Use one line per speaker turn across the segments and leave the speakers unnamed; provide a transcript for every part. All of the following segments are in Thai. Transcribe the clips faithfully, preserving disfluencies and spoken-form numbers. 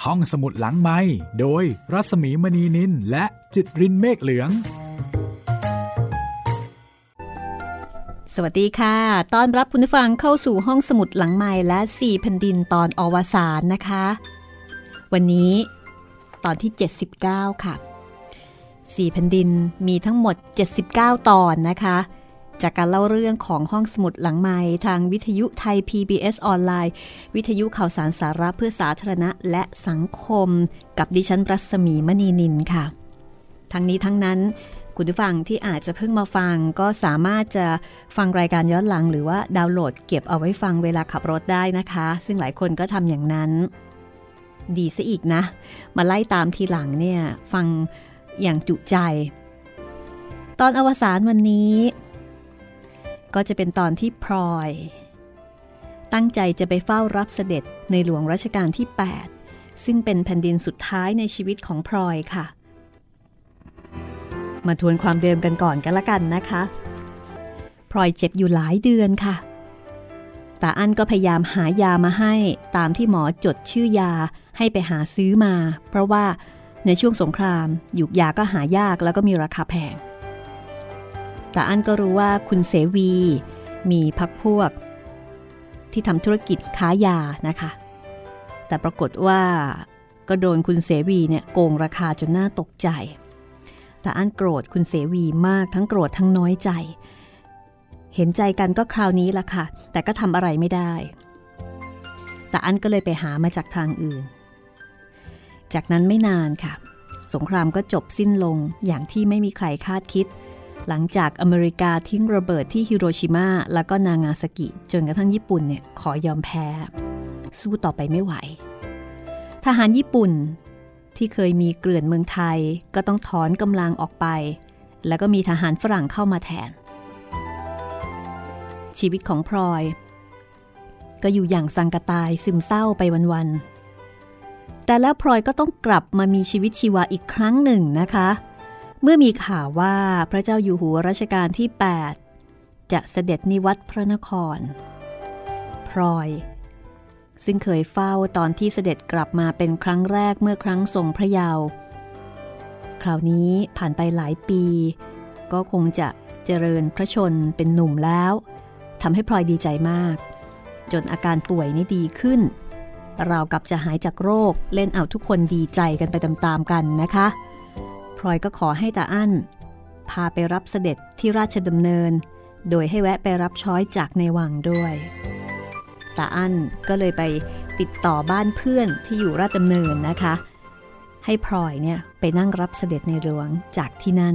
ห้องสมุดหลังไมค์โดยรัศมีมณีนินและจิตรินเมฆเหลือง
สวัสดีค่ะต้อนรับคุณผู้ฟังเข้าสู่ห้องสมุดหลังไมค์และสี่แผ่นดินตอนอวสานนะคะวันนี้ตอนที่เจ็ดสิบเก้าค่ะสี่แผ่นดินมีทั้งหมดเจ็ดสิบเก้าตอนนะคะจากการเล่าเรื่องของห้องสมุดหลังไมค์ทางวิทยุไทย พี บี เอส ออนไลน์วิทยุข่าวสารสาระเพื่อสาธารณะและสังคมกับดิฉันรัศมีมณีนินค่ะทั้งนี้ทั้งนั้นคุณผู้ฟังที่อาจจะเพิ่งมาฟังก็สามารถจะฟังรายการย้อนหลังหรือว่าดาวน์โหลดเก็บเอาไว้ฟังเวลาขับรถได้นะคะซึ่งหลายคนก็ทำอย่างนั้นดีซะอีกนะมาไล่ตามทีหลังเนี่ยฟังอย่างจุใจตอนอวสานวันนี้ก็จะเป็นตอนที่พลอยตั้งใจจะไปเฝ้ารับเสด็จในหลวงรัชกาลที่แปดซึ่งเป็นแผ่นดินสุดท้ายในชีวิตของพลอยค่ะมาทวนความเดิมกันก่อนกันละกันนะคะพลอยเจ็บอยู่หลายเดือนค่ะตาอั้นก็พยายามหายามาให้ตามที่หมอจดชื่อยาให้ไปหาซื้อมาเพราะว่าในช่วงสงครามหยุกยาก็หายากแล้วก็มีราคาแพงตาอั้นก็รู้ว่าคุณเสวีมีพรรคพวกที่ทำธุรกิจค้ายานะคะแต่ปรากฏว่าก็โดนคุณเสวีเนี่ยโกงราคาจนน่าตกใจตาอั้นโกรธคุณเสวีมากทั้งโกรธทั้งน้อยใจเห็นใจกันก็คราวนี้ละค่ะแต่ก็ทำอะไรไม่ได้ตาอั้นก็เลยไปหามาจากทางอื่นจากนั้นไม่นานค่ะสงครามก็จบสิ้นลงอย่างที่ไม่มีใครคาดคิดหลังจากอเมริกาทิ้งระเบิดที่ฮิโรชิมาแล้วก็นางาซากิจนกระทั่งญี่ปุ่นเนี่ยขอยอมแพ้สู้ต่อไปไม่ไหวทหารญี่ปุ่นที่เคยมีเกลื่อนเมืองไทยก็ต้องถอนกำลังออกไปแล้วก็มีทหารฝรั่งเข้ามาแทนชีวิตของพลอยก็อยู่อย่างสังกะตายซึมเศร้าไปวันๆแต่แล้วพลอยก็ต้องกลับมามีชีวิตชีวาอีกครั้งหนึ่งนะคะเมื่อมีข่าวว่าพระเจ้าอยู่หัวรัชกาลที่แปดจะเสด็จนิวัตรพระนครพลอยซึ่งเคยเฝ้าตอนที่เสด็จกลับมาเป็นครั้งแรกเมื่อครั้งทรงพระเยาว์คราวนี้ผ่านไปหลายปีก็คงจะเจริญพระชนเป็นหนุ่มแล้วทำให้พลอยดีใจมากจนอาการป่วยนี่ดีขึ้นราวกับจะหายจากโรคเล่นเอาทุกคนดีใจกันไปตามๆกันนะคะพลอยก็ขอให้ตาอั้นพาไปรับเสด็จที่ราชดำเนินโดยให้แวะไปรับช้อยจากในวังด้วยตาอั้นก็เลยไปติดต่อบ้านเพื่อนที่อยู่ราชดำเนินนะคะให้พลอยเนี่ยไปนั่งรับเสด็จในหลวงจากที่นั่น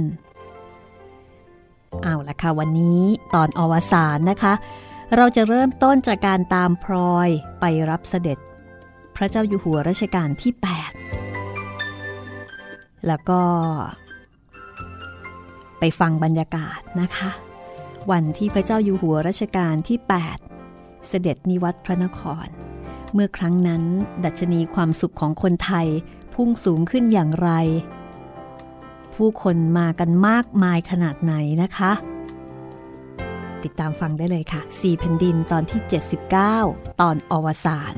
เอาล่ะค่ะวันนี้ตอนอวสานนะคะเราจะเริ่มต้นจากการตามพลอยไปรับเสด็จพระเจ้าอยู่หัวรัชกาลที่แปดแล้วก็ไปฟังบรรยากาศนะคะวันที่พระเจ้าอยู่หัวรัชกาลที่แปดเสด็จนิวัตรพระนครเมื่อครั้งนั้นดัชนีความสุขของคนไทยพุ่งสูงขึ้นอย่างไรผู้คนมากันมากมายขนาดไหนนะคะติดตามฟังได้เลยค่ะสี่แผ่นดินตอนที่เจ็ดสิบเก้าตอนอวสาน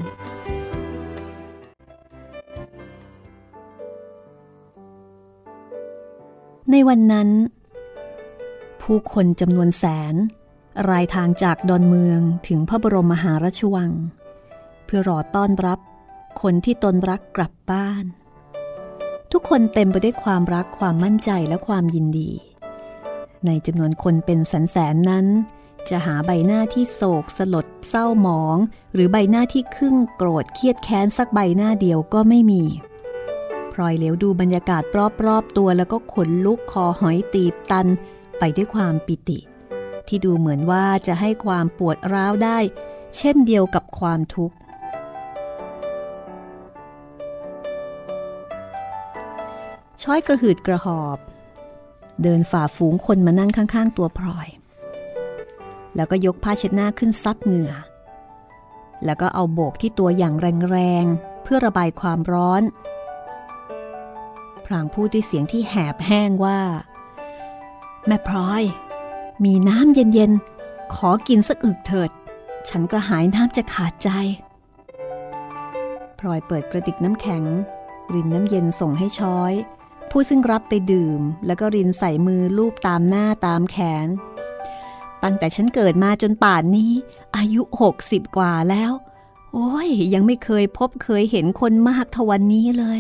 ในวันนั้นผู้คนจำนวนแสนรายทางจากดอนเมืองถึงพระบรมมหาราชวังเพื่อรอต้อนรับคนที่ตนรักกลับบ้านทุกคนเต็มไปด้วยความรักความมั่นใจและความยินดีในจำนวนคนเป็นแสนๆนั้นจะหาใบหน้าที่โศกสลดเศร้าหมองหรือใบหน้าที่ครึ่งโกรธเครียดแค้นสักใบหน้าเดียวก็ไม่มีพลอยเหลียวดูบรรยากาศรอบๆตัวแล้วก็ขนลุกคอหอยตีบตันไปด้วยความปิติที่ดูเหมือนว่าจะให้ความปวดร้าวได้เช่นเดียวกับความทุกข์ช้อยกระหืดกระหอบเดินฝ่าฝูงคนมานั่งข้างๆตัวพลอยแล้วก็ยกผ้าเช็ดหน้าขึ้นซับเหงื่อแล้วก็เอาโบกที่ตัวอย่างแรงๆเพื่อระบายความร้อนพลางพูดด้วยเสียงที่แหบแห้งว่าแม่พลอยมีน้ำเย็นๆขอกินสักอึกเถิดฉันกระหายน้ำจะขาดใจพลอยเปิดกระติกน้ำแข็งรินน้ำเย็นส่งให้ช้อยผู้ซึ่งรับไปดื่มแล้วก็รินใส่มือลูบตามหน้าตามแขนตั้งแต่ฉันเกิดมาจนป่านนี้อายุหกสิบกว่าแล้วโอ้ยยังไม่เคยพบเคยเห็นคนมากเท่าวันนี้เลย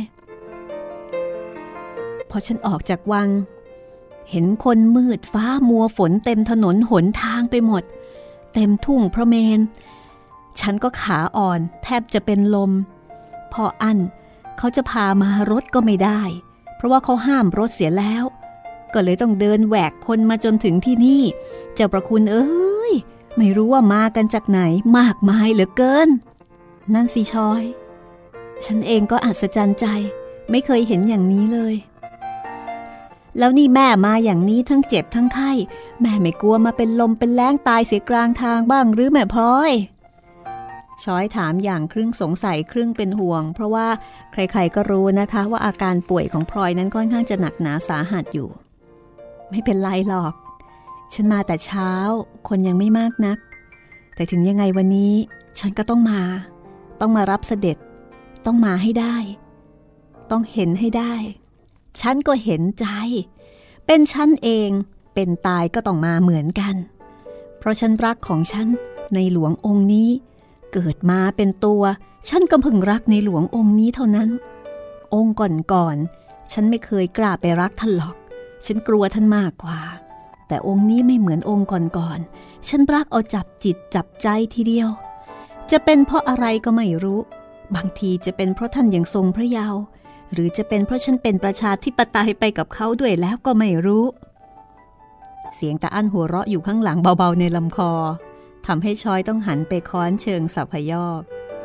พอฉันออกจากวังเห็นคนมืดฟ้ามัวฝนเต็มถนนหนทางไปหมดเต็มทุ่งพระเมรุฉันก็ขาอ่อนแทบจะเป็นลมพออั้นเขาจะพามารถก็ไม่ได้เพราะว่าเขาห้ามรถเสียแล้วก็เลยต้องเดินแหวกคนมาจนถึงที่นี่เจ้าประคุณเอ้ยไม่รู้ว่ามากันจากไหนมากมายเหลือเกินนั่นสิชอยฉันเองก็อัศจรรย์ใจไม่เคยเห็นอย่างนี้เลยแล้วนี่แม่มาอย่างนี้ทั้งเจ็บทั้งไข้แม่ไม่กลัวมาเป็นลมเป็นแล้งตายเสียกลางทางบ้างหรือแม่พลอยช้อยถามอย่างครึ่งสงสัยครึ่งเป็นห่วงเพราะว่าใครๆก็รู้นะคะว่าอาการป่วยของพลอยนั้นค่อนข้างจะหนักหนาสาหัสอยู่ไม่เป็นไรหรอกฉันมาแต่เช้าคนยังไม่มากนักแต่ถึงยังไงวันนี้ฉันก็ต้องมาต้องมารับเสด็จต้องมาให้ได้ต้องเห็นให้ได้ฉันก็เห็นใจเป็นฉันเองเป็นตายก็ต้องมาเหมือนกันเพราะฉันรักของฉันในหลวงองค์นี้เกิดมาเป็นตัวฉันก็เพิ่งรักในหลวงองค์นี้เท่านั้นองค์ก่อนๆฉันไม่เคยกล้าไปรักท่านหรอกฉันกลัวท่านมากกว่าแต่องค์นี้ไม่เหมือนองค์ก่อนๆฉันรักเอาจับจิตจับใจทีเดียวจะเป็นเพราะอะไรก็ไม่รู้บางทีจะเป็นเพราะท่านยังทรงพระเยาว์หรือจะเป็นเพราะฉันเป็นประชาธิปไตยไปกับเขาด้วยแล้วก็ไม่รู้เสียงตาอั้นหัวเราะอยู่ข้างหลังเบาๆในลำคอทำให้ชอยต้องหันไปค้อนเชิงสัพยอก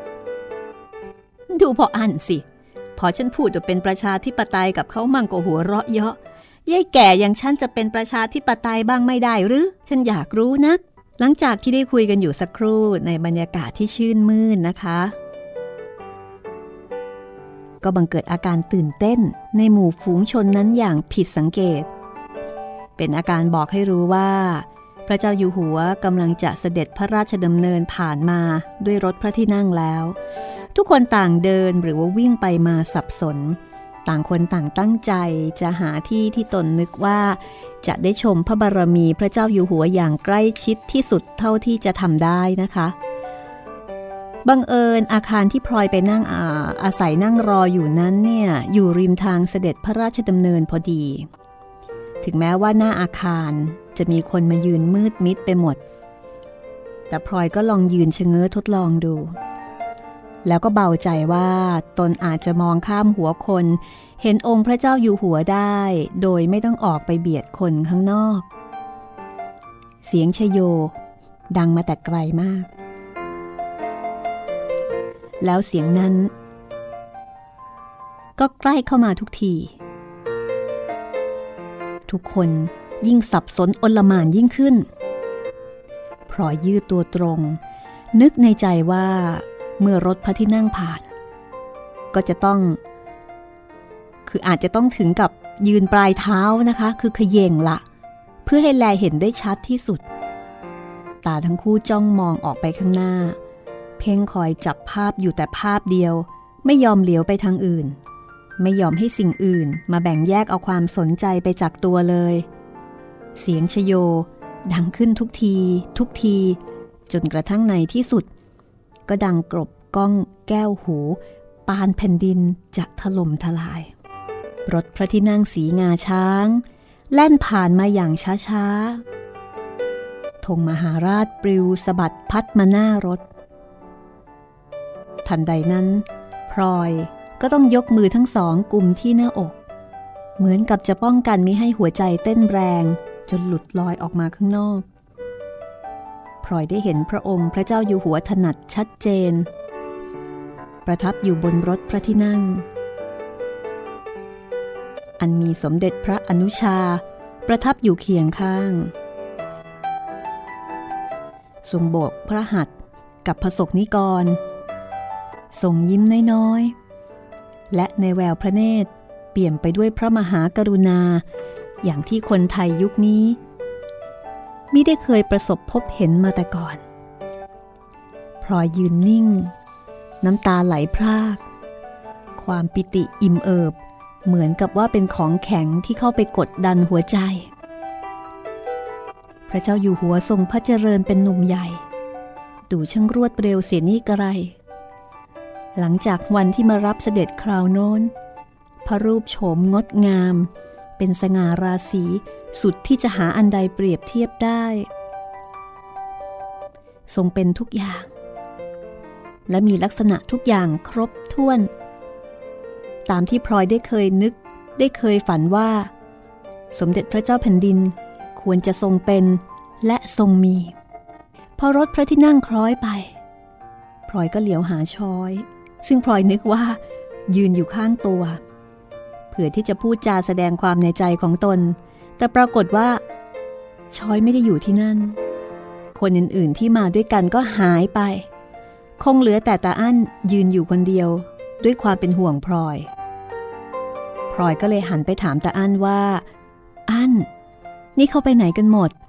ดูพออั้นสิพอฉันพูดว่าเป็นประชาธิปไตยกับเขามั่งก็หัวเราะเยาะยายแก่อย่างฉันจะเป็นประชาธิปไตยบ้างไม่ได้หรือฉันอยากรู้นักหลังจากที่ได้คุยกันอยู่สักครู่ในบรรยากาศที่ชื่นมื่นนะคะก็บังเกิดอาการตื่นเต้นในหมู่ฝูงชนนั้นอย่างผิดสังเกตเป็นอาการบอกให้รู้ว่าพระเจ้าอยู่หัวกำลังจะเสด็จพระราชดำเนินผ่านมาด้วยรถพระที่นั่งแล้วทุกคนต่างเดินหรือว่าวิ่งไปมาสับสนต่างคนต่างตั้งใจจะหาที่ที่ตนนึกว่าจะได้ชมพระบารมีพระเจ้าอยู่หัวอย่างใกล้ชิดที่สุดเท่าที่จะทำได้นะคะบังเอิญอาคารที่พลอยไปนั่ง อา, อาศัยนั่งรออยู่นั้นเนี่ยอยู่ริมทางเสด็จพระราชดำเนินพอดีถึงแม้ว่าหน้าอาคารจะมีคนมายืนมืดมิดไปหมดแต่พลอยก็ลองยืนชะเง้อทดลองดูแล้วก็เบาใจว่าตนอาจจะมองข้ามหัวคนเห็นองค์พระเจ้าอยู่หัวได้โดยไม่ต้องออกไปเบียดคนข้างนอกเสียงชโยดังมาแต่ไกลมากแล้วเสียงนั้นก็ใกล้เข้ามาทุกทีทุกคนยิ่งสับสนอลหม่านยิ่งขึ้นพลอยยืดตัวตรงนึกในใจว่าเมื่อรถพระที่นั่งผ่านก็จะต้องคืออาจจะต้องถึงกับยืนปลายเท้านะคะคือเขย่งละเพื่อให้แลเห็นได้ชัดที่สุดตาทั้งคู่จ้องมองออกไปข้างหน้าเพ่งคอยจับภาพอยู่แต่ภาพเดียวไม่ยอมเหลียวไปทางอื่นไม่ยอมให้สิ่งอื่นมาแบ่งแยกเอาความสนใจไปจากตัวเลยเสียงชโยดังขึ้นทุกทีทุกทีจนกระทั่งในที่สุดก็ดังกรบก้องแก้วหูปานแผ่นดินจะถล่มทลายรถพระที่นั่งสีงาช้างแล่นผ่านมาอย่างช้าๆธงมหาราชปลิวสะบัดพัดมาหน้ารถทันใดนั้นพลอยก็ต้องยกมือทั้งสองกุมที่หน้าอกเหมือนกับจะป้องกันมิให้หัวใจเต้นแรงจนหลุดลอยออกมาข้างนอกพลอยได้เห็นพระองค์พระเจ้าอยู่หัวถนัดชัดเจนประทับอยู่บนรถพระที่นั่งอันมีสมเด็จพระอนุชาประทับอยู่เคียงข้างทรงโบกพระหัตถ์กับพระสกนิกรทรงยิ้มน้อยๆและในแววพระเนตรเปี่ยมไปด้วยพระมหากรุณาอย่างที่คนไทยยุคนี้มิได้เคยประสบพบเห็นมาแต่ก่อนพลอยยืนนิ่งน้ำตาไหลพรากความปิติอิ่มเอิบเหมือนกับว่าเป็นของแข็งที่เข้าไปกดดันหัวใจพระเจ้าอยู่หัวทรงพระเจริญเป็นหนุ่มใหญ่ดูช่างรวดเร็วเสียนี่กระไรหลังจากวันที่มารับเสด็จคราวโน้นพระรูปโฉมงดงามเป็นสง่าราศีสุดที่จะหาอันใดเปรียบเทียบได้ทรงเป็นทุกอย่างและมีลักษณะทุกอย่างครบถ้วนตามที่พลอยได้เคยนึกได้เคยฝันว่าสมเด็จพระเจ้าแผ่นดินควรจะทรงเป็นและทรงมีพอรถพระที่นั่งคล้อยไปพลอยก็เหลียวหาช้อยซึ่งพลอยนึกว่ายืนอยู่ข้างตัวเผื่อที่จะพูดจาแสดงความในใจของตนแต่ปรากฏว่าช้อยไม่ได้อยู่ที่นั่นคนอื่นๆที่มาด้วยกันก็หายไปคงเหลือแต่ตาอั้นยืนอยู่คนเดียวด้วยความเป็นห่วงพลอยพลอยก็เลยหันไปถามตาอั้นว่าอั้นนี่เขาไปไหนกันหมด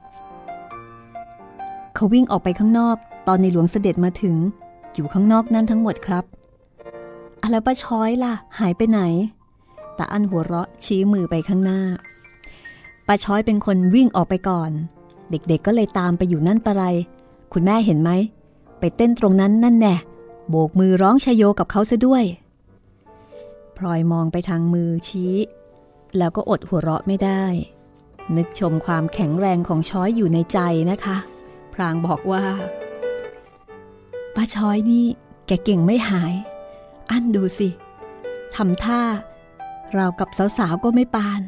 เขาวิ่งออกไปข้างนอกตอนในหลวงเสด็จมาถึงอยู่ข้างนอกนั่นทั้งหมดครับอะแล้วป้าช้อยล่ะหายไปไหนตาอั้นหัวเราะชี้มือไปข้างหน้าป้าช้อยเป็นคนวิ่งออกไปก่อนเด็กๆ ก็เลยตามไปอยู่นั่นปะไรคุณแม่เห็นไหมไปเต้นตรงนั้นนั่นแน่โบกมือร้องชโยกับเขาซะด้วยพลอยมองไปทางมือชี้แล้วก็อดหัวเราะไม่ได้นึกชมความแข็งแรงของช้อยอยู่ในใจนะคะพรางบอกว่าป้าช้อยนี่แกเก่งไม่หายอั้นดูสิทำท่าราวกับสาวๆก็ไม่ปาน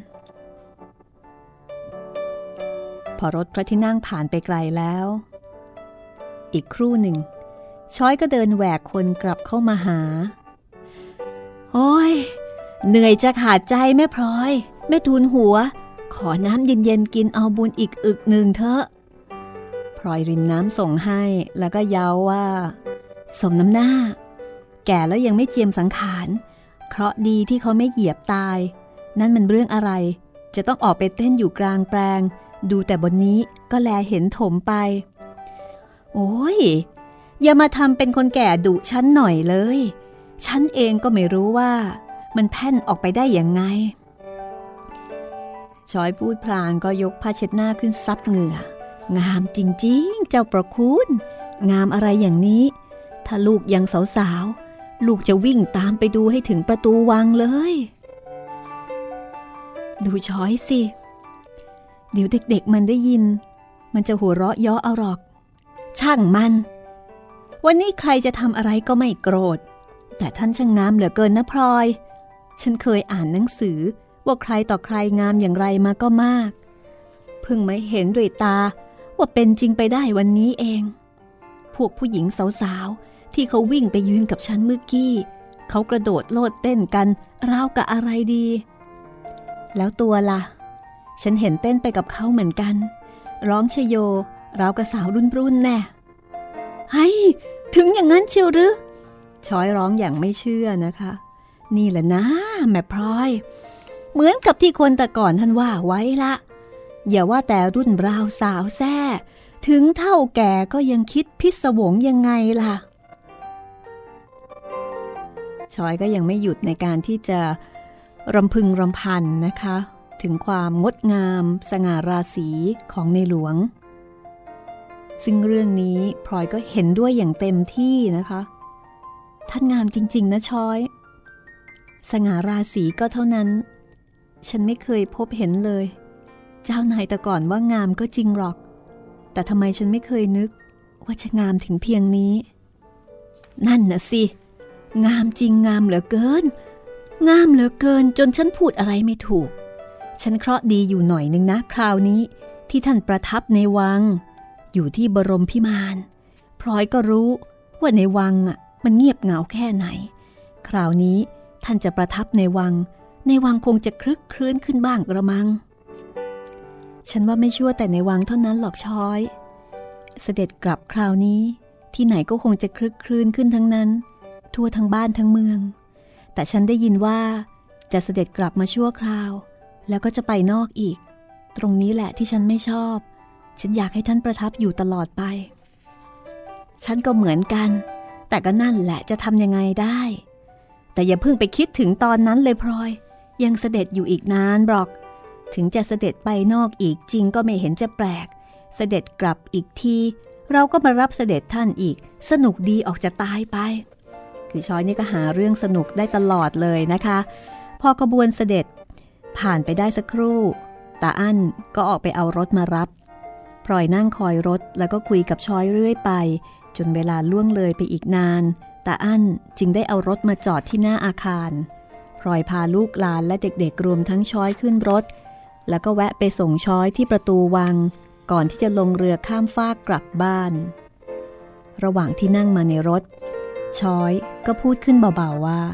พอรถพระที่นั่งผ่านไปไกลแล้วอีกครู่หนึ่งช้อยก็เดินแหวกคนกลับเข้ามาหาโอ้ยเหนื่อยจะขาดใจแม่พลอยแม่ทูลหัวขอน้ำเย็นๆกินเอาบุญอีกอึกหนึ่งเถอะพลอยรินน้ำส่งให้แล้วก็เย้าว่าสมน้ำหน้าแก่แล้วยังไม่เจียมสังขารเคราะห์ดีที่เขาไม่เหยียบตายนั่นมันเรื่องอะไรจะต้องออกไปเต้นอยู่กลางแปลงดูแต่บนนี้ก็แลเห็นถมไปโอ้ยอย่ามาทำเป็นคนแก่ดุฉันหน่อยเลยฉันเองก็ไม่รู้ว่ามันแพ่นออกไปได้อย่างไงช้อยพูดพลางก็ยกผ้าเช็ดหน้าขึ้นซับเหงื่องามจริงๆเจ้าประคุณงามอะไรอย่างนี้ถ้าลูกยังสาวๆลูกจะวิ่งตามไปดูให้ถึงประตูวังเลยดูช้อยสิเดี๋ยวเด็กๆมันได้ยินมันจะหัวเราะเยาะเอาหรอกช่างมันวันนี้ใครจะทำอะไรก็ไม่โกรธแต่ท่านช่างงามเหลือเกินนะพลอยฉันเคยอ่านหนังสือว่าใครต่อใครงามอย่างไรมาก็มากเพิ่งไม่เห็นด้วยตาว่าเป็นจริงไปได้วันนี้เองพวกผู้หญิงสาวๆที่เขาวิ่งไปยืนกับฉันเมื่อกี้เขากระโดดโลดเต้นกันราวกับอะไรดีแล้วตัวล่ะฉันเห็นเต้นไปกับเขาเหมือนกันร้องชโยราวกับสาวรุ่นรุ่นแน่เฮ้ยถึงอย่างนั้นเชียวหรือช้อยร้องอย่างไม่เชื่อนะคะนี่แหละนะแม่พลอยเหมือนกับที่คนแต่ก่อนท่านว่าไว้ละอย่าว่าแต่รุ่นราวสาวแซ่ถึงเท่าแก่ก็ยังคิดพิศวงยังไงล่ะช้อยก็ยังไม่หยุดในการที่จะรำพึงรำพันนะคะถึงความงดงามสง่าราศีของในหลวงซึ่งเรื่องนี้พลอยก็เห็นด้วยอย่างเต็มที่นะคะท่านงามจริงๆนะช้อยสง่าราศีก็เท่านั้นฉันไม่เคยพบเห็นเลยเจ้านายแต่ก่อนว่างามก็จริงหรอกแต่ทำไมฉันไม่เคยนึกว่าจะงามถึงเพียงนี้นั่นน่ะสิงามจริงงามเหลือเกินงามเหลือเกินจนฉันพูดอะไรไม่ถูกฉันเคราะห์ดีอยู่หน่อยนึงนะคราวนี้ที่ท่านประทับในวังอยู่ที่บรมพิมานพลอยก็รู้ว่าในวังอ่ะมันเงียบเหงาแค่ไหนคราวนี้ท่านจะประทับในวังในวังคงจะคลึกคลื้นขึ้นบ้างกระมังฉันว่าไม่ชั่วแต่ในวังเท่านั้นหรอกช้อยเสด็จกลับคราวนี้ที่ไหนก็คงจะคลึกคลื้นขึ้นทั้งนั้นทั่วทั้งบ้านทั้งเมืองแต่ฉันได้ยินว่าจะเสด็จกลับมาชั่วคราวแล้วก็จะไปนอกอีกตรงนี้แหละที่ฉันไม่ชอบฉันอยากให้ท่านประทับอยู่ตลอดไปฉันก็เหมือนกันแต่ก็นั่นแหละจะทำยังไงได้แต่อย่าเพิ่งไปคิดถึงตอนนั้นเลยพลอยยังเสด็จอยู่อีกนานหรอกถึงจะเสด็จไปนอกอีกจริงก็ไม่เห็นจะแปลกเสด็จกลับอีกทีเราก็มารับเสด็จท่านอีกสนุกดีออกจะตายไปคือช้อยนี่ก็หาเรื่องสนุกได้ตลอดเลยนะคะพอขบวนเสด็จผ่านไปได้สักครู่ตาอั้นก็ออกไปเอารถมารับพลอยนั่งคอยรถแล้วก็คุยกับช้อยเรื่อยไปจนเวลาล่วงเลยไปอีกนานตาอั้นจึงได้เอารถมาจอดที่หน้าอาคารพลอยพาลูกหลานและเด็กๆรวมทั้งช้อยขึ้นรถแล้วก็แวะไปส่งช้อยที่ประตูวังก่อนที่จะลงเรือข้ามฟากกลับบ้านระหว่างที่นั่งมาในรถช้อยก็พูดขึ้นเบาๆว่า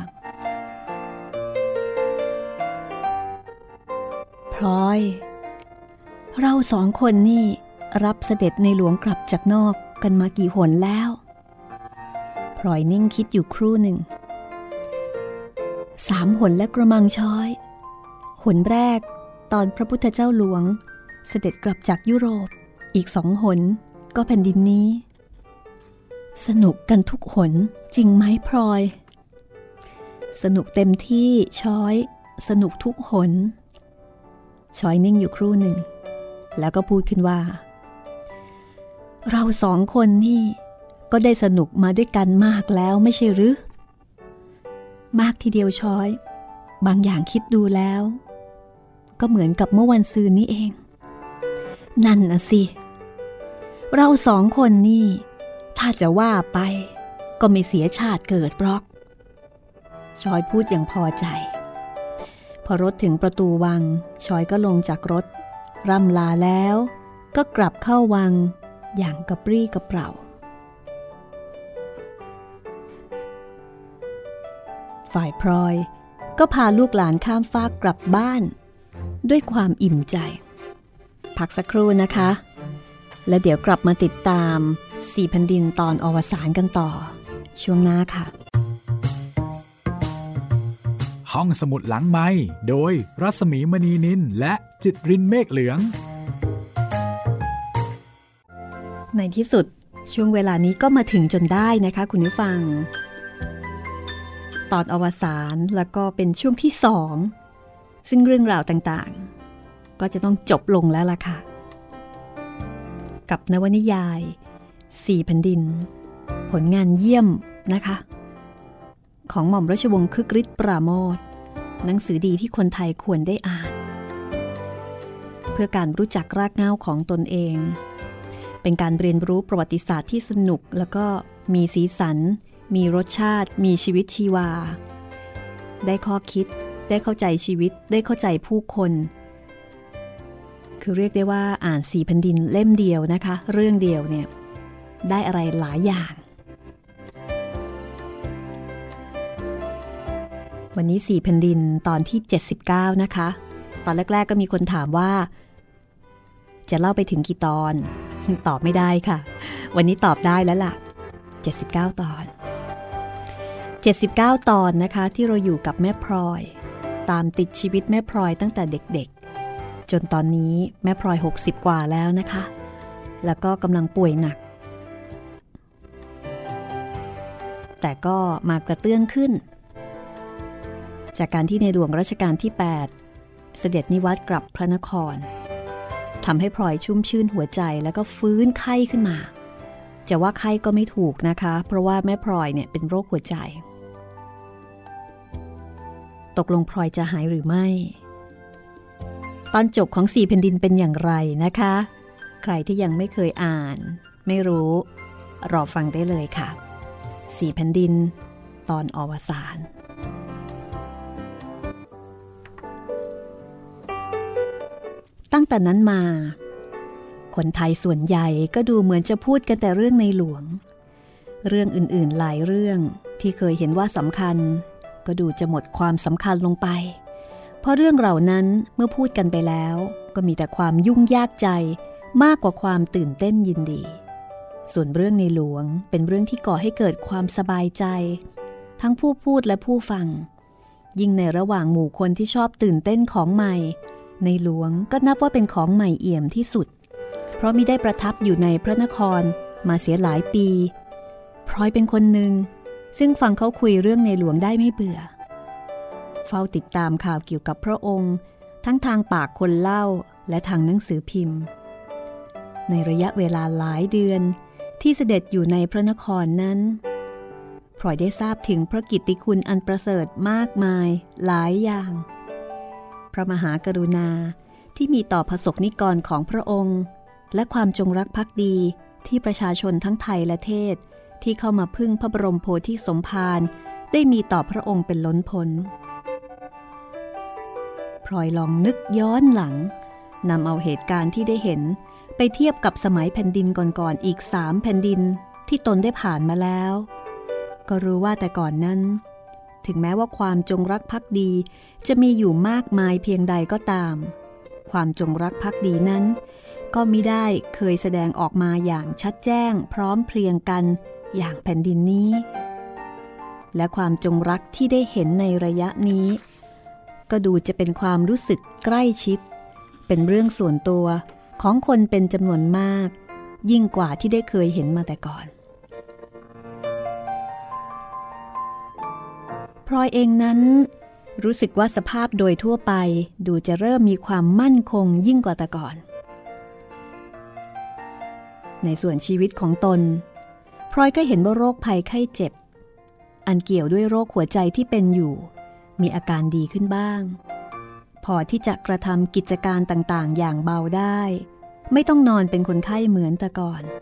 พลอยเราสองคนนี่รับเสด็จในหลวงกลับจากนอกกันมากี่หนแล้วพลอยนิ่งคิดอยู่ครู่หนึ่งสามหนและกระมังช้อยหนแรกตอนพระพุทธเจ้าหลวงเสด็จกลับจากยุโรปอีกสองหนก็แผ่นดินนี้สนุกกันทุกหนจริงไหมพลอยสนุกเต็มที่ช้อยสนุกทุกหนช้อยนิ่งอยู่ครู่หนึ่งแล้วก็พูดขึ้นว่าเราสองคนนี่ก็ได้สนุกมาด้วยกันมากแล้วไม่ใช่หรือมากทีเดียวช้อยบางอย่างคิดดูแล้วก็เหมือนกับเมื่อวันซืนนี้เองนั่นนะสิเราสองคนนี่ถ้าจะว่าไปก็ไม่เสียชาติเกิดหรอกช้อยพูดอย่างพอใจพอรถถึงประตูวังช้อยก็ลงจากรถร่ำลาแล้วก็กลับเข้าวังอย่างกระปรี้กระเปร่าฝ่ายพลอยก็พาลูกหลานข้ามฟากกลับบ้านด้วยความอิ่มใจพักสักครู่นะคะและเดี๋ยวกลับมาติดตามสี่แผ่นดินตอนอวสานกันต่อช่วงหน้าค่ะ
ห้องสมุดหลังไมค์โดยรัศมีมณีนินและจิตรินเมฆเหลือง
ในที่สุดช่วงเวลานี้ก็มาถึงจนได้นะคะคุณผู้ฟังตอนอวสานแล้วก็เป็นช่วงที่สองซึ่งเรื่องราวต่างๆก็จะต้องจบลงแล้วล่ะค่ะกับนวนิยายสี่แผ่นดินผลงานเยี่ยมนะคะของหม่อมราชวงศ์คึกฤทธิ์ปราโมทย์หนังสือดีที่คนไทยควรได้อ่านเพื่อการรู้จักรากเหง้าของตนเองเป็นการเรียนรู้ประวัติศาสตร์ที่สนุกแล้วก็มีสีสันมีรสชาติมีชีวิตชีวาได้ข้อคิดได้เข้าใจชีวิตได้เข้าใจผู้คนคือเรียกได้ว่าอ่านสี่แผ่นดินเล่มเดียวนะคะเรื่องเดียวเนี่ยได้อะไรหลายอย่างวันนี้สี่แผ่นดินตอนที่เจ็ดสิบเก้านะคะตอนแรกๆก็มีคนถามว่าจะเล่าไปถึงกี่ตอนตอบไม่ได้ค่ะวันนี้ตอบได้แล้วล่ะเจ็ดสิบเก้าตอนเจ็ดสิบเก้าตอนนะคะที่เราอยู่กับแม่พลอยตามติดชีวิตแม่พลอยตั้งแต่เด็กๆจนตอนนี้แม่พลอยหกสิบกว่าแล้วนะคะแล้วก็กำลังป่วยหนักแต่ก็มากระเตื้องขึ้นจากการที่ในหลวงรัชกาลที่แปดเสด็จนิวัตรกลับพระนครทำให้พลอยชุ่มชื่นหัวใจแล้วก็ฟื้นไข้ขึ้นมาจะว่าไข้ก็ไม่ถูกนะคะเพราะว่าแม่พลอยเนี่ยเป็นโรคหัวใจตกลงพลอยจะหายหรือไม่ตอนจบของสี่แผ่นดินเป็นอย่างไรนะคะใครที่ยังไม่เคยอ่านไม่รู้รอฟังได้เลยค่ะสี่แผ่นดินตอนอวสานตั้งแต่นั้นมาคนไทยส่วนใหญ่ก็ดูเหมือนจะพูดกันแต่เรื่องในหลวงเรื่องอื่นๆหลายเรื่องที่เคยเห็นว่าสำคัญก็ดูจะหมดความสำคัญลงไปเพราะเรื่องเหล่านั้นเมื่อพูดกันไปแล้วก็มีแต่ความยุ่งยากใจมากกว่าความตื่นเต้นยินดีส่วนเรื่องในหลวงเป็นเรื่องที่ก่อให้เกิดความสบายใจทั้งผู้พูดและผู้ฟังยิ่งในระหว่างหมู่คนที่ชอบตื่นเต้นของใหม่ในหลวงก็นับว่าเป็นของใหม่เอี่ยมที่สุดเพราะมิได้ประทับอยู่ในพระนครมาเสียหลายปีพลอยเป็นคนหนึ่งซึ่งฟังเขาคุยเรื่องในหลวงได้ไม่เบื่อเฝ้าติดตามข่าวเกี่ยวกับพระองค์ทั้งทางปากคนเล่าและทางหนังสือพิมพ์ในระยะเวลาหลายเดือนที่เสด็จอยู่ในพระนครนั้นพลอยได้ทราบถึงพระกิตติคุณอันประเสริฐมากมายหลายอย่างพระมหากรุณาที่มีต่อพระสงฆ์นิกรของพระองค์และความจงรักภักดีที่ประชาชนทั้งไทยและเทศที่เข้ามาพึ่งพระบรมโพธิสมภารได้มีต่อพระองค์เป็นล้นพ้นพลอยลองนึกย้อนหลังนำเอาเหตุการณ์ที่ได้เห็นไปเทียบกับสมัยแผ่นดินก่อนๆอีกสามแผ่นดินที่ตนได้ผ่านมาแล้วก็รู้ว่าแต่ก่อนนั้นถึงแม้ว่าความจงรักภักดีจะมีอยู่มากมายเพียงใดก็ตามความจงรักภักดีนั้นก็มิได้เคยแสดงออกมาอย่างชัดแจ้งพร้อมเพรียงกันอย่างแผ่นดินนี้และความจงรักที่ได้เห็นในระยะนี้ก็ดูจะเป็นความรู้สึกใกล้ชิดเป็นเรื่องส่วนตัวของคนเป็นจำนวนมากยิ่งกว่าที่ได้เคยเห็นมาแต่ก่อนพลอยเองนั้นรู้สึกว่าสภาพโดยทั่วไปดูจะเริ่มมีความมั่นคงยิ่งกว่าแต่ก่อนในส่วนชีวิตของตนพลอยก็เห็นว่าโรคภัยไข้เจ็บอันเกี่ยวด้วยโรคหัวใจที่เป็นอยู่มีอาการดีขึ้นบ้างพอที่จะกระทำกิจการต่างๆอย่างเบาได้ไม่ต้องนอนเป็นคนไข้เหมือนแต่ก่อน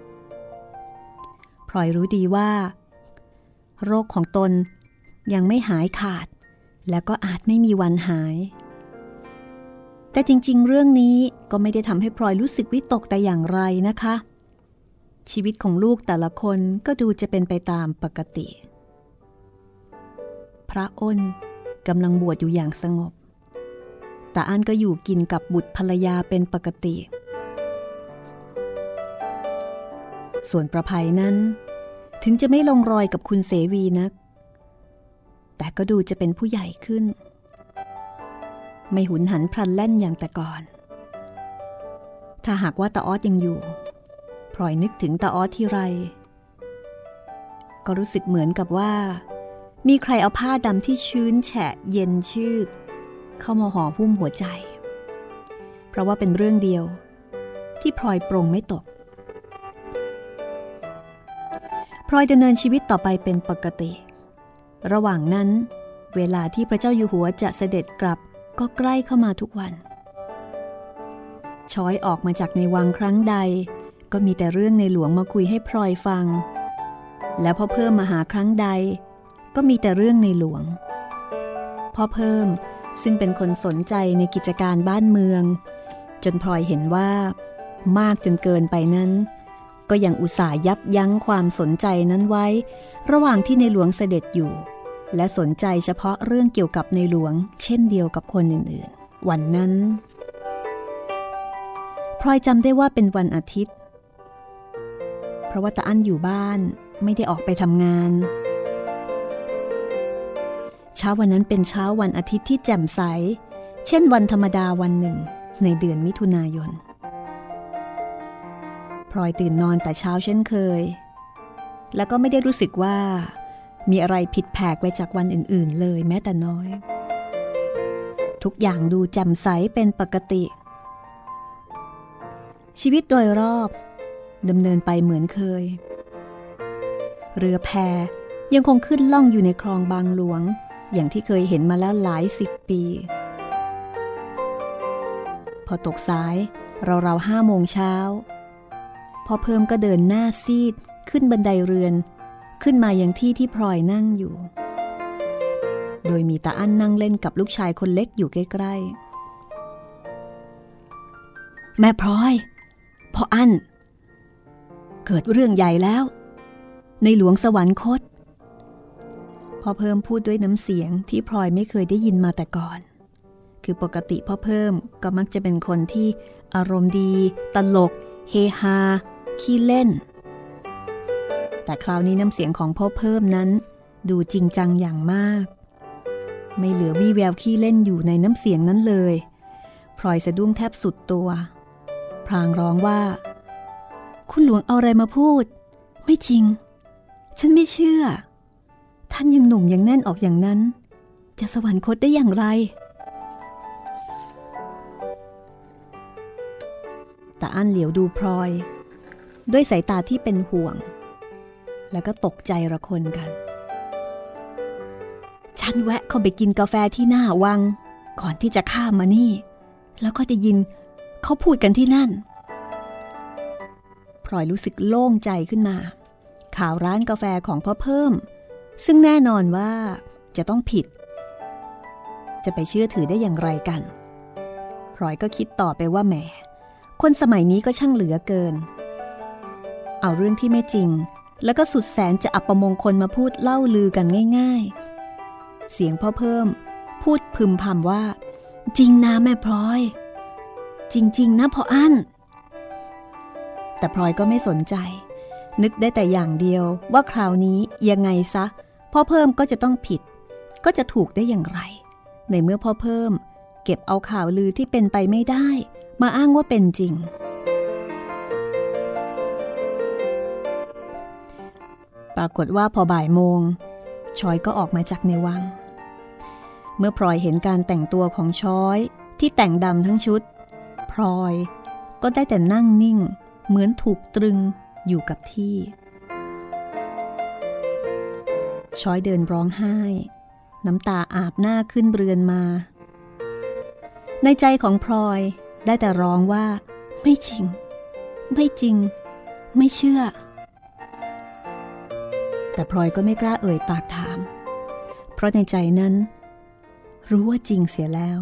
พลอยรู้ดีว่าโรคของตนยังไม่หายขาดและก็อาจไม่มีวันหายแต่จริงๆเรื่องนี้ก็ไม่ได้ทำให้พลอยรู้สึกวิตกแต่อย่างไรนะคะชีวิตของลูกแต่ละคนก็ดูจะเป็นไปตามปกติพระอ้นกำลังบวชอยู่อย่างสงบตาอั้นก็อยู่กินกับบุตรภรรยาเป็นปกติส่วนประภัยนั้นถึงจะไม่ลงรอยกับคุณเสวีนักแต่ก็ดูจะเป็นผู้ใหญ่ขึ้นไม่หุนหันพลันแล่นอย่างแต่ก่อนถ้าหากว่าตาออสยังอยู่พลอยนึกถึงตาออสทีไรก็รู้สึกเหมือนกับว่ามีใครเอาผ้าดำที่ชื้นแฉะเย็นชืดเข้ามาห่อหุ้มหัวใจเพราะว่าเป็นเรื่องเดียวที่พลอยปรงไม่ตกพลอยดำเนินชีวิตต่อไปเป็นปกติระหว่างนั้นเวลาที่พระเจ้าอยู่หัวจะเสด็จกลับก็ใกล้เข้ามาทุกวันช้อยออกมาจากในวังครั้งใดก็มีแต่เรื่องในหลวงมาคุยให้พลอยฟังแล้วพอเพิ่มมาหาครั้งใดก็มีแต่เรื่องในหลวงพ่อเพิ่มซึ่งเป็นคนสนใจในกิจการบ้านเมืองจนพลอยเห็นว่ามากจนเกินไปนั้นก็ยังอุตส่าห์ยับยั้งความสนใจนั้นไว้ระหว่างที่ในหลวงเสด็จอยู่และสนใจเฉพาะเรื่องเกี่ยวกับในหลวงเช่นเดียวกับคนอื่นๆวันนั้นพลอยจำได้ว่าเป็นวันอาทิตย์เพราะว่าตาอั้นอยู่บ้านไม่ได้ออกไปทำงานเช้าวันนั้นเป็นเช้าวันอาทิตย์ที่แจ่มใสเช่นวันธรรมดาวันหนึ่งในเดือนมิถุนายนพลอยตื่นนอนแต่เช้าเช่นเคยแล้วก็ไม่ได้รู้สึกว่ามีอะไรผิดแผกไปจากวันอื่นๆเลยแม้แต่น้อยทุกอย่างดูแจ่มใสเป็นปกติชีวิตโดยรอบดำเนินไปเหมือนเคยเรือแพยังคงขึ้นล่องอยู่ในคลองบางหลวงอย่างที่เคยเห็นมาแล้วหลายสิบปีพอตกสายเราๆห้าโมงเช้าพอเพิ่มก็เดินหน้าซีดขึ้นบันไดเรือนขึ้นมายังที่ที่พลอยนั่งอยู่โดยมีตาอั้นนั่งเล่นกับลูกชายคนเล็กอยู่ใกล้ๆแม่พลอยพ่ออั้นเกิดเรื่องใหญ่แล้วในหลวงสวรรคตพ่อเพิ่มพูดด้วยน้ำเสียงที่พลอยไม่เคยได้ยินมาแต่ก่อนคือปกติพ่อเพิ่มก็มักจะเป็นคนที่อารมณ์ดีตลกเฮฮาขี้เล่นแต่คราวนี้น้ำเสียงของพ่อเพิ่มนั้นดูจริงจังอย่างมากไม่เหลือวี่แววขี้เล่นอยู่ในน้ำเสียงนั้นเลยพลอยสะดุ้งแทบสุดตัวพลางร้องว่าคุณหลวงเอาอะไรมาพูดไม่จริงฉันไม่เชื่อท่านยังหนุ่มยังแน่นออกอย่างนั้นจะสวรรคตได้อย่างไรตาอั้นเหลียวดูพลอยด้วยสายตาที่เป็นห่วงแล้วก็ตกใจระคนกันฉันแวะเข้าไปกินกาแฟที่หน้าวังก่อนที่จะข้ามมานี่แล้วก็ได้ยินเขาพูดกันที่นั่นพลอยรู้สึกโล่งใจขึ้นมาข่าวร้านกาแฟของพ่อเพิ่มซึ่งแน่นอนว่าจะต้องผิดจะไปเชื่อถือได้อย่างไรกันพลอยก็คิดต่อไปว่าแหมคนสมัยนี้ก็ช่างเหลือเกินเอาเรื่องที่ไม่จริงแล้วก็สุดแสนจะอัปมงคลมาพูดเล่าลือกันง่ายๆเสียงพ่อเพิ่มพูดพึมพำว่าจริงนะแม่พลอยจริงๆนะพ่ออั้นแต่พลอยก็ไม่สนใจนึกได้แต่อย่างเดียวว่าคราวนี้ยังไงซะพ่อเพิ่มก็จะต้องผิดก็จะถูกได้อย่างไรในเมื่อพ่อเพิ่มเก็บเอาข่าวลือที่เป็นไปไม่ได้มาอ้างว่าเป็นจริงปรากฏว่าพอบ่ายโมงช้อยก็ออกมาจากในวังเมื่อพลอยเห็นการแต่งตัวของช้อยที่แต่งดำทั้งชุดพลอยก็ได้แต่นั่งนิ่งเหมือนถูกตรึงอยู่กับที่ช้อยเดินร้องไห้น้ำตาอาบหน้าขึ้นเรือนมาในใจของพลอยได้แต่ร้องว่าไม่จริงไม่จริงไม่เชื่อแต่พลอยก็ไม่กล้าเอ่ยปากถามเพราะในใจนั้นรู้ว่าจริงเสียแล้ว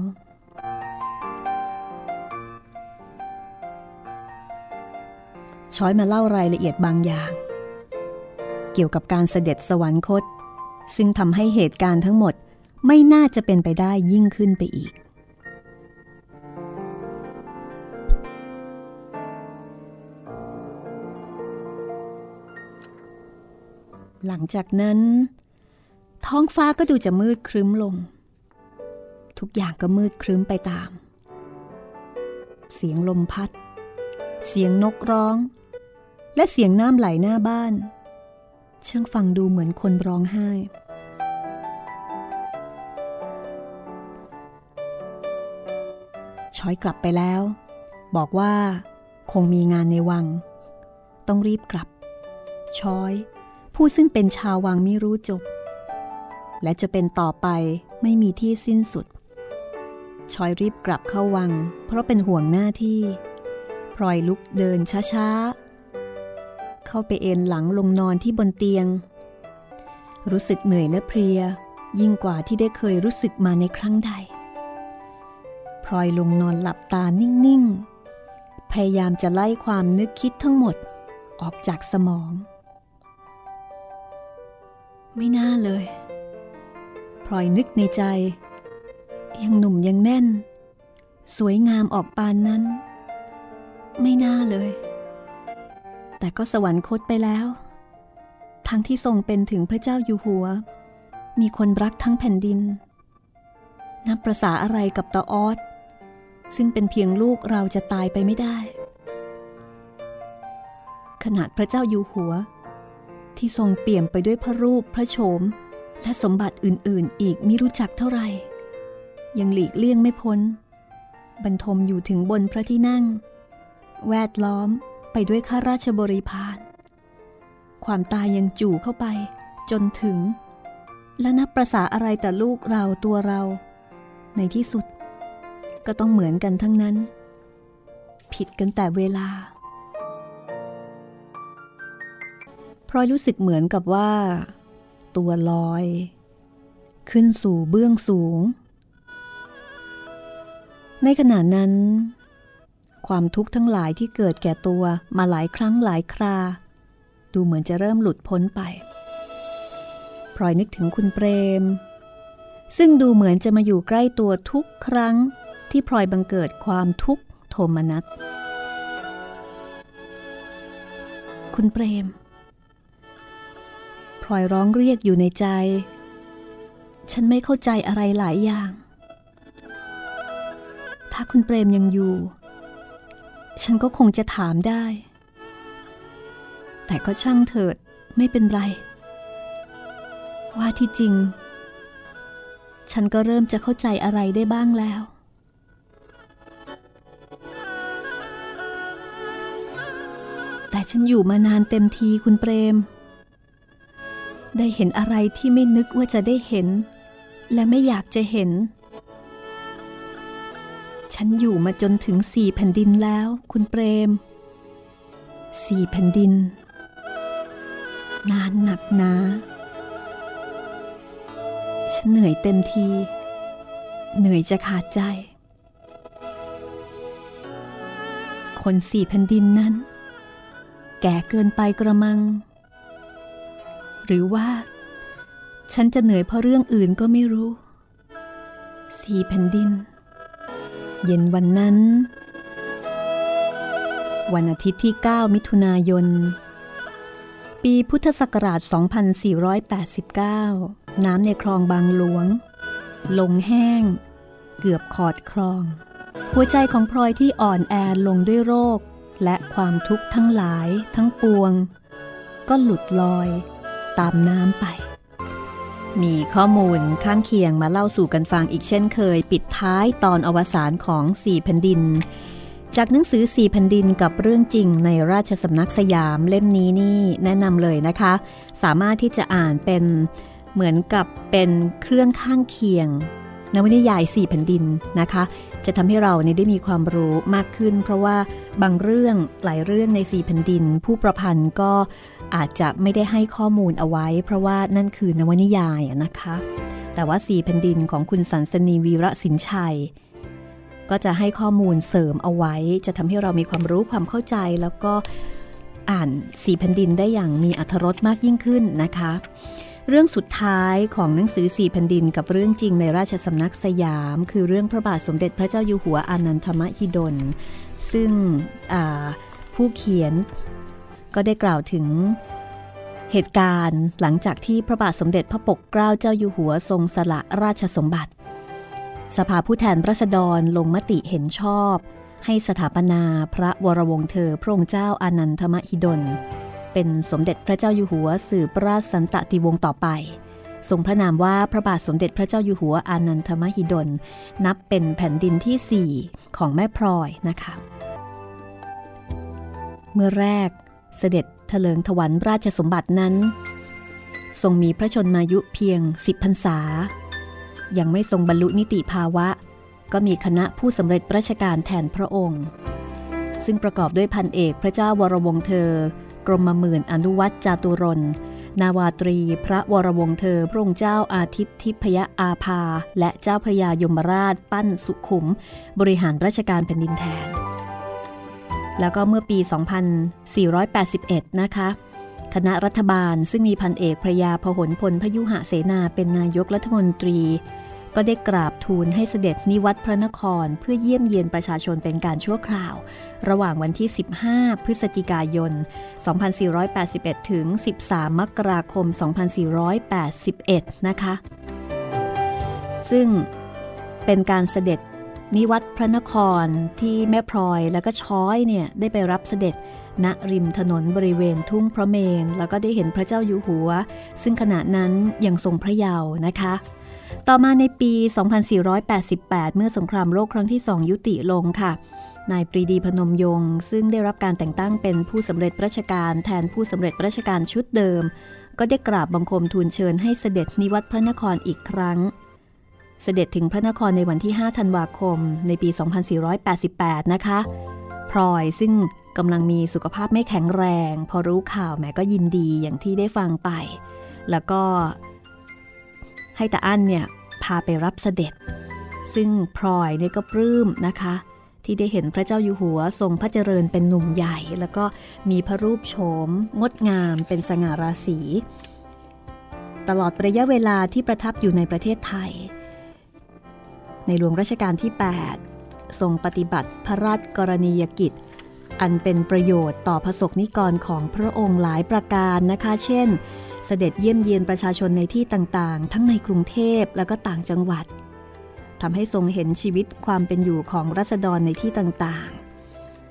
ช้อยมาเล่ารายละเอียดบางอย่างเกี่ยวกับการเสด็จสวรรคตซึ่งทำให้เหตุการณ์ทั้งหมดไม่น่าจะเป็นไปได้ยิ่งขึ้นไปอีกหลังจากนั้นท้องฟ้าก็ดูจะมืดครึ้มลงทุกอย่างก็มืดครึ้มไปตามเสียงลมพัดเสียงนกร้องและเสียงน้ำไหลหน้าบ้านช่างฟังดูเหมือนคนร้องไห้ช้อยกลับไปแล้วบอกว่าคงมีงานในวังต้องรีบกลับช้อยผู้ซึ่งเป็นชาววังไม่รู้จบและจะเป็นต่อไปไม่มีที่สิ้นสุดช้อยรีบกลับเข้าวังเพราะเป็นห่วงหน้าที่พลอยลุกเดินช้าๆเข้าไปเอนหลังลงนอนที่บนเตียงรู้สึกเหนื่อยและเพลียยิ่งกว่าที่ได้เคยรู้สึกมาในครั้งใดพลอยลงนอนหลับตานิ่งๆพยายามจะไล่ความนึกคิดทั้งหมดออกจากสมองไม่น่าเลยพลอยนึกในใจยังหนุ่มยังแน่นสวยงามออกปานนั้นไม่น่าเลยแต่ก็สวรรคตไปแล้วทั้งที่ทรงเป็นถึงพระเจ้าอยู่หัวมีคนรักทั้งแผ่นดินนับประสาอะไรกับตาออสซึ่งเป็นเพียงลูกเราจะตายไปไม่ได้ขนาดพระเจ้าอยู่หัวที่ทรงเปี่ยมไปด้วยพระรูปพระโฉมและสมบัติอื่นๆอีกมิรู้จักเท่าไหร่ยังหลีกเลี่ยงไม่พ้นบรรทมอยู่ถึงบนพระที่นั่งแวดล้อมไปด้วยข้าราชบริพารความตายยังจู่เข้าไปจนถึงและนับประสาอะไรแต่ลูกเราตัวเราในที่สุดก็ต้องเหมือนกันทั้งนั้นผิดกันแต่เวลาพลอยรู้สึกเหมือนกับว่าตัวลอยขึ้นสู่เบื้องสูงในขณะนั้นความทุกข์ทั้งหลายที่เกิดแก่ตัวมาหลายครั้งหลายคราดูเหมือนจะเริ่มหลุดพ้นไปพลอยนึกถึงคุณเปรมซึ่งดูเหมือนจะมาอยู่ใกล้ตัวทุกครั้งที่พลอยบังเกิดความทุกข์โทมนัสคุณเปรมพลอยร้องเรียกอยู่ในใจฉันไม่เข้าใจอะไรหลายอย่างถ้าคุณเปรมยังอยู่ฉันก็คงจะถามได้แต่ก็ช่างเถิดไม่เป็นไรว่าที่จริงฉันก็เริ่มจะเข้าใจอะไรได้บ้างแล้วแต่ฉันอยู่มานานเต็มทีคุณเปรมได้เห็นอะไรที่ไม่นึกว่าจะได้เห็นและไม่อยากจะเห็นฉันอยู่มาจนถึงสี่แผ่นดินแล้วคุณเปรมสี่แผ่นดินนานหนักหนาฉันเหนื่อยเต็มทีเหนื่อยจะขาดใจคนสี่แผ่นดินนั้นแก่เกินไปกระมังหรือว่าฉันจะเหนื่อยเพราะเรื่องอื่นก็ไม่รู้สี่แผ่นดินเย็นวันนั้นวันอาทิตย์ที่เก้ามิถุนายนปีพุทธศักราชสองพันสี่ร้อยแปดสิบเก้าน้ำในคลองบางหลวงลงแห้งเกือบขอดคลองหัวใจของพลอยที่อ่อนแอลงด้วยโรคและความทุกข์ทั้งหลายทั้งปวงก็หลุดลอยตามน้ำไปมีข้อมูลข้างเคียงมาเล่าสู่กันฟังอีกเช่นเคยปิดท้ายตอนอวสานของสี่แผ่นดินจากหนังสือสี่แผ่นดินกับเรื่องจริงในราชสำนักสยามเล่มนี้นี่แนะนำเลยนะคะสามารถที่จะอ่านเป็นเหมือนกับเป็นเครื่องข้างเคียงนวนิยายสี่แผ่นดินนะคะจะทำให้เราเนี่ยได้มีความรู้มากขึ้นเพราะว่าบางเรื่องหลายเรื่องในสี่แผ่นดินผู้ประพันธ์ก็อาจจะไม่ได้ให้ข้อมูลเอาไว้เพราะว่านั่นคือนวนิยายนะคะแต่ว่าสี่แผ่นดินของคุณสันสนีวีระสินชัยก็จะให้ข้อมูลเสริมเอาไว้จะทำให้เรามีความรู้ความเข้าใจแล้วก็อ่านสี่แผ่นดินได้อย่างมีอรรถรสมากยิ่งขึ้นนะคะเรื่องสุดท้ายของหนังสือสี่แผ่นดินกับเรื่องจริงในราชสำนักสยามคือเรื่องพระบาทสมเด็จพระเจ้าอยู่หัวอานันทมหิดลซึ่งผู้เขียนก็ได้กล่าวถึงเหตุการณ์หลังจากที่พระบาทสมเด็จพระปกเกล้าเจ้าอยู่หัวทรงสละราชสมบัติสภาผู้แทนราษฎรลงมติเห็นชอบให้สถาปนาพระวรวงศ์เธอพระองค์เจ้าอานันทมหิดลเป็นสมเด็จพระเจ้าอยู่หัวสืบราชสันตติวงศ์ต่อไปทรงพระนามว่าพระบาทสมเด็จพระเจ้าอยู่หัวอานันทมหิดลนับเป็นแผ่นดินที่สี่ของแม่พลอยนะคะเมื่อแรกเสด็จเถลิงถวัลย์ราชสมบัตินั้นทรงมีพระชนมายุเพียงสิบพรรษายังไม่ทรงบรรลุนิติภาวะก็มีคณะผู้สำเร็จราชการแทนพระองค์ซึ่งประกอบด้วยพันเอกพระเจ้าวรวงศ์เธอกรมหมื่นอนุวัตรจาตุรนต์นาวาตรีพระวรวงศ์เธอพระองค์เจ้าอาทิตย์ทิพยอาภาและเจ้าพระยายมราชปั้นสุขุมบริหารราชการแผ่นดินแทนแล้วก็เมื่อปี สองพันสี่ร้อยแปดสิบเอ็ด นะคะคณะรัฐบาลซึ่งมีพันเอกพระยาพหลพลพยุหเสนาเป็นนายกรัฐมนตรีก็ได้กราบทูลให้เสด็จนิวัตรพระนครเพื่อเยี่ยมเยียนประชาชนเป็นการชั่วคราวระหว่างวันที่สิบห้าพฤศจิกายนสองพันสี่ร้อยแปดสิบเอ็ดถึงสิบสามมกราคมสองพันสี่ร้อยแปดสิบเอ็ดนะคะซึ่งเป็นการเสด็จนิวัตรพระนครที่แม่พลอยแล้วก็ช้อยเนี่ยได้ไปรับเสด็จณริมถนนบริเวณทุ่งพระเมรุแล้วก็ได้เห็นพระเจ้าอยู่หัวซึ่งขณะนั้นยังทรงพระเยาว์นะคะต่อมาในปี สองพันสี่ร้อยแปดสิบแปด เมื่อสงครามโลกครั้งที่สองยุติลงค่ะนายปรีดีพนมยงค์ซึ่งได้รับการแต่งตั้งเป็นผู้สำเร็จราชการแทนผู้สำเร็จราชการชุดเดิมก็ได้กราบบังคมทูลเชิญให้เสด็จนิวัตรพระนครอีกครั้งเสด็จถึงพระนครในวันที่ห้าธันวาคมในปี สองพันสี่ร้อยแปดสิบแปด นะคะพลอยซึ่งกำลังมีสุขภาพไม่แข็งแรงพอรู้ข่าวแม่ก็ยินดีอย่างที่ได้ฟังไปแล้วก็ให้ตาอั้นเนี่ยพาไปรับเสด็จซึ่งพลอยเนี่ยก็ปลื้มนะคะที่ได้เห็นพระเจ้าอยู่หัวทรงพระเจริญเป็นหนุ่มใหญ่แล้วก็มีพระรูปโฉมงดงามเป็นสง่าราศีตลอดระยะเวลาที่ประทับอยู่ในประเทศไทยในหลวงรัชกาลที่แปดทรงปฏิบัติพระราชกรณียกิจอันเป็นประโยชน์ต่อพระสงฆ์นิกรของพระองค์หลายประการนะคะเช่นเสด็จเยี่ยมเยียนประชาชนในที่ต่างๆทั้งในกรุงเทพและก็ต่างจังหวัดทำให้ทรงเห็นชีวิตความเป็นอยู่ของราษฎรในที่ต่างๆ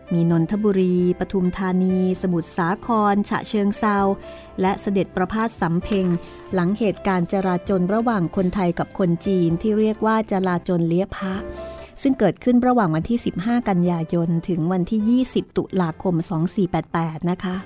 มีนนทบุรีปทุมธานีสมุทรสาครฉะเชิงเทราและเสด็จประพาสสำเพ็งหลังเหตุการณ์จลาจลระหว่างคนไทยกับคนจีนที่เรียกว่าจลาจลเลี้ยพระซึ่งเกิดขึ้นระหว่างวันที่สิบห้ากันยายนถึงวันที่ยี่สิบตุลาคมสองพันสี่ร้อยแปดสิบแปดนะคะ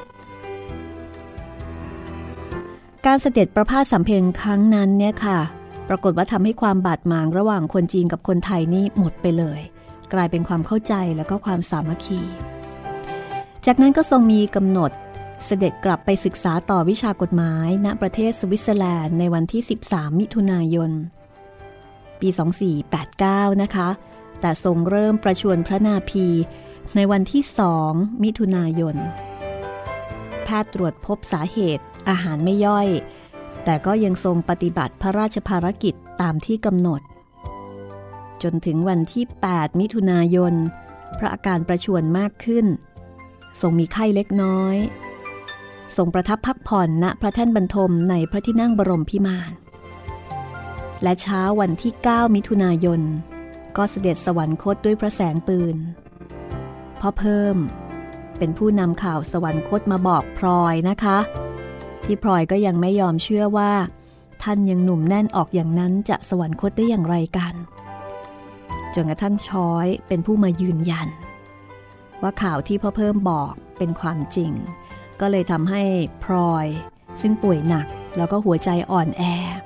การเสด็จประพาสสำเพ็งครั้งนั้นเนี่ยค่ะปรากฏว่าทำให้ความบาดหมางระหว่างคนจีนกับคนไทยนี่หมดไปเลยกลายเป็นความเข้าใจและก็ความสามัคคีจากนั้นก็ทรงมีกำหนดเสด็จกลับไปศึกษาต่อวิชากฎหมายณประเทศสวิตเซอร์แลนด์ในวันที่สิบสามมิถุนายนปีสองพันสี่ร้อยแปดสิบเก้านะคะแต่ทรงเริ่มประชวรพระนาภีในวันที่สองมิถุนายนแพทย์ตรวจพบสาเหตุอาหารไม่ย่อยแต่ก็ยังทรงปฏิบัติพระราชภารกิจตามที่กำหนดจนถึงวันที่แปดมิถุนายนพระอาการประชวรมากขึ้นทรงมีไข้เล็กน้อยทรงประทับพักผ่อนณพระแท่นบรรทมในพระที่นั่งบรมพิมานและเช้าวันที่เก้ามิถุนายนก็เสด็จสวรรคตด้วยพระแสงปืนพ่อเพิ่มเป็นผู้นำข่าวสวรรคตมาบอกพลอยนะคะที่พลอยก็ยังไม่ยอมเชื่อว่าท่านยังหนุ่มแน่นออกอย่างนั้นจะสวรรคตได้อย่างไรกันจนกระทั่งช้อยเป็นผู้มายืนยันว่าข่าวที่พ่อเพิ่มบอกเป็นความจริงก็เลยทำให้พลอยซึ่งป่วยหนักแล้วก็หัวใจอ่อนแอ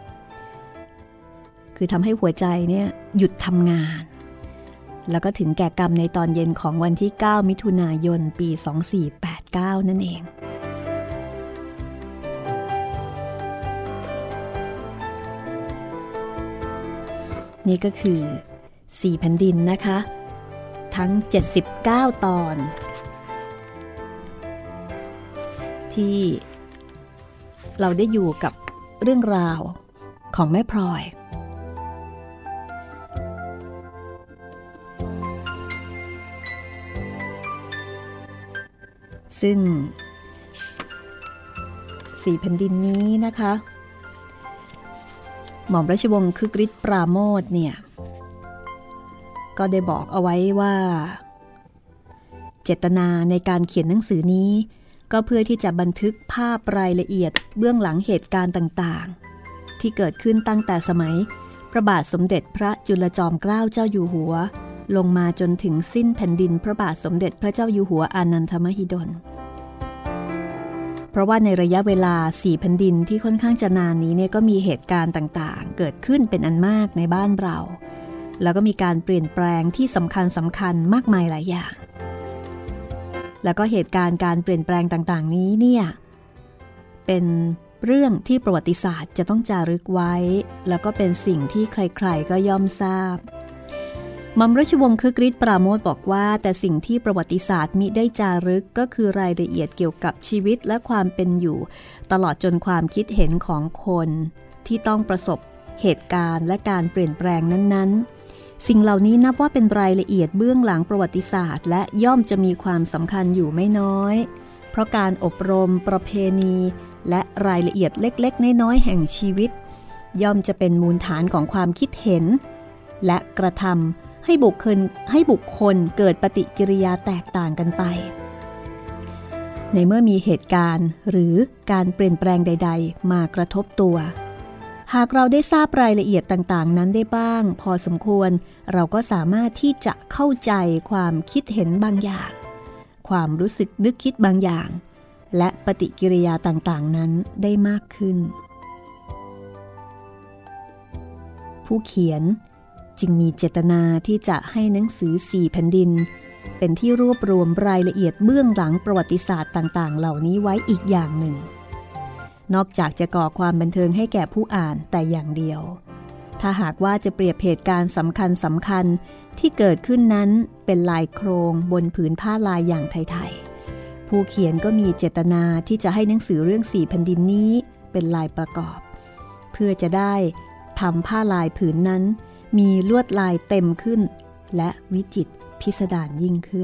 คือทำให้หัวใจเนี่ยหยุดทำงานแล้วก็ถึงแก่กรรมในตอนเย็นของวันที่เก้ามิถุนายนปีสองพันสี่ร้อยแปดสิบเก้านั่นเองนี่ก็คือสี่แผ่นดินนะคะทั้งเจ็ดสิบเก้าตอนที่เราได้อยู่กับเรื่องราวของแม่พลอยซึ่งสี่แผ่นดินนี้นะคะหม่อมราชวงศ์คึกฤทธิ์ปราโมทเนี่ยก็ได้บอกเอาไว้ว่าเจตนาในการเขียนหนังสือนี้ก็เพื่อที่จะบันทึกภาพรายละเอียดเบื้องหลังเหตุการณ์ต่างๆที่เกิดขึ้นตั้งแต่สมัยพระบาทสมเด็จพระจุลจอมเกล้าเจ้าอยู่หัวลงมาจนถึงสิ้นแผ่นดินพระบาทสมเด็จพระเจ้าอยู่หัวอานันทมหิดลเพราะว่าในระยะเวลาสี่แผ่นดินที่ค่อนข้างจะนานนี้เนี่ยก็มีเหตุการณ์ต่างๆเกิดขึ้นเป็นอันมากในบ้านเราแล้วก็มีการเปลี่ยนแปลงที่สำคัญสำคัญมากมายหลายอย่างแล้วก็เหตุการณ์การเปลี่ยนแปลงต่างๆนี้เนี่ยเป็นเรื่องที่ประวัติศาสตร์จะต้องจารึกไว้แล้วก็เป็นสิ่งที่ใครๆก็ย่อมทราบหม่อมราชวงศ์คึกฤทธิ์ปราโมทบอกว่าแต่สิ่งที่ประวัติศาสตร์มิได้จารึกก็คือรายละเอียดเกี่ยวกับชีวิตและความเป็นอยู่ตลอดจนความคิดเห็นของคนที่ต้องประสบเหตุการณ์และการเปลี่ยนแปลงนั้นๆสิ่งเหล่านี้นับว่าเป็นรายละเอียดเบื้องหลังประวัติศาสตร์และย่อมจะมีความสำคัญอยู่ไม่น้อยเพราะการอบรมประเพณีและรายละเอียดเล็กๆน้อยๆแห่งชีวิตย่อมจะเป็นมูลฐานของความคิดเห็นและกระทำให้บุคคลให้บุคคลเกิดปฏิกิริยาแตกต่างกันไปในเมื่อมีเหตุการณ์หรือการเปลี่ยนแปลงใดๆมากระทบตัวหากเราได้ทราบรายละเอียดต่างๆนั้นได้บ้างพอสมควรเราก็สามารถที่จะเข้าใจความคิดเห็นบางอย่างความรู้สึกนึกคิดบางอย่างและปฏิกิริยาต่างๆนั้นได้มากขึ้นผู้เขียนจึงมีเจตนาที่จะให้หนังสือสี่แผ่นดินเป็นที่รวบรวมรายละเอียดเบื้องหลังประวัติศาสตร์ต่างๆเหล่านี้ไว้อีกอย่างหนึ่งนอกจากจะก่อความบันเทิงให้แก่ผู้อ่านแต่อย่างเดียวถ้าหากว่าจะเปรียบเหตุการณ์สำคัญสำคัญที่เกิดขึ้นนั้นเป็นลายโครงบนผืนผ้าลายอย่างไทยๆผู้เขียนก็มีเจตนาที่จะให้หนังสือเรื่องสี่แผ่นดินนี้เป็นลายประกอบเพื่อจะได้ทำผ้าลายผืนนั้นมีลวดลายเต็มขึ้นและวิจิตรพิสดารยิ่งขึ้น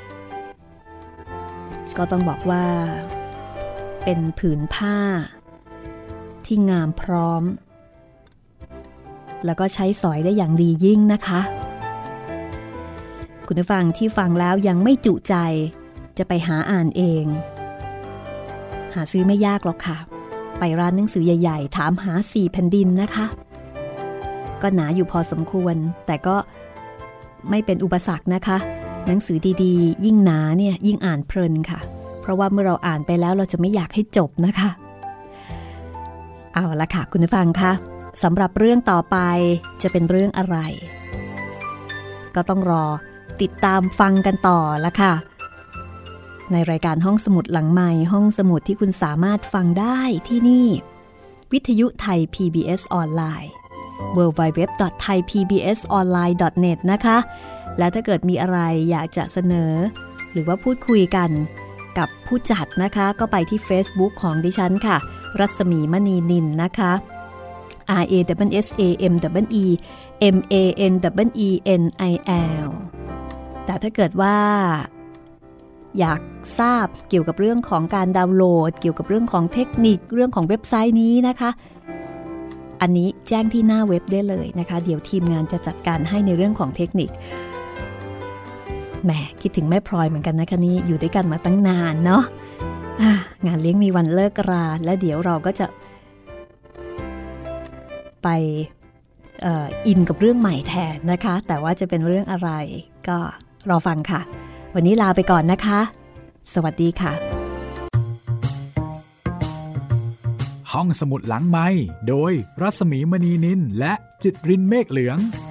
ก็ต้องบอกว่าเป็นผืนผ้าที่งามพร้อมแล้วก็ใช้สอยได้อย่างดียิ่งนะคะคุณผู้ฟังที่ฟังแล้วยังไม่จุใจจะไปหาอ่านเองหาซื้อไม่ยากหรอกค่ะไปร้านหนังสือใหญ่ๆถามหาสี่แผ่นดินนะคะก็หนาอยู่พอสมควรแต่ก็ไม่เป็นอุปสรรคนะคะหนังสือดีๆยิ่งหนาเนี่ยยิ่งอ่านเพลินค่ะเพราะว่าเมื่อเราอ่านไปแล้วเราจะไม่อยากให้จบนะคะเอาละค่ะคุณผู้ฟังคะสำหรับเรื่องต่อไปจะเป็นเรื่องอะไรก็ต้องรอติดตามฟังกันต่อละค่ะในรายการห้องสมุดหลังใหม่ห้องสมุดที่คุณสามารถฟังได้ที่นี่วิทยุไทย พี บี เอส ออนไลน์ ดับเบิลยู ดับเบิลยู ดับเบิลยู ดอท ไทย พี บี เอส ออนไลน์ ดอท เน็ต นะคะและถ้าเกิดมีอะไรอยากจะเสนอหรือว่าพูดคุยกันกับผู้จัดนะคะก็ไปที่ Facebook ของดิฉันค่ะรัศมีมณีนินนะคะ R A S S A M E E M A N E E N I L แต่ถ้าเกิดว่าอยากทราบเกี่ยวกับเรื่องของการดาวน์โหลดเกี่ยวกับเรื่องของเทคนิคเรื่องของเว็บไซต์นี้นะคะอันนี้แจ้งที่หน้าเว็บได้เลยนะคะเดี๋ยวทีมงานจะจัดการให้ในเรื่องของเทคนิคแหมคิดถึงแม่พลอยเหมือนกันนะคะนี่อยู่ด้วยกันมาตั้งนานเนาะงานเลี้ยงมีวันเลิกราและเดี๋ยวเราก็จะไปเอ่ออินกับเรื่องใหม่แทนนะคะแต่ว่าจะเป็นเรื่องอะไรก็รอฟังค่ะวันนี้ลาไปก่อนนะคะสวัสดีค่ะ
ห้องสมุดหลังไมค์โดยรัศมีมณีนินและจิตรินเมฆเหลือง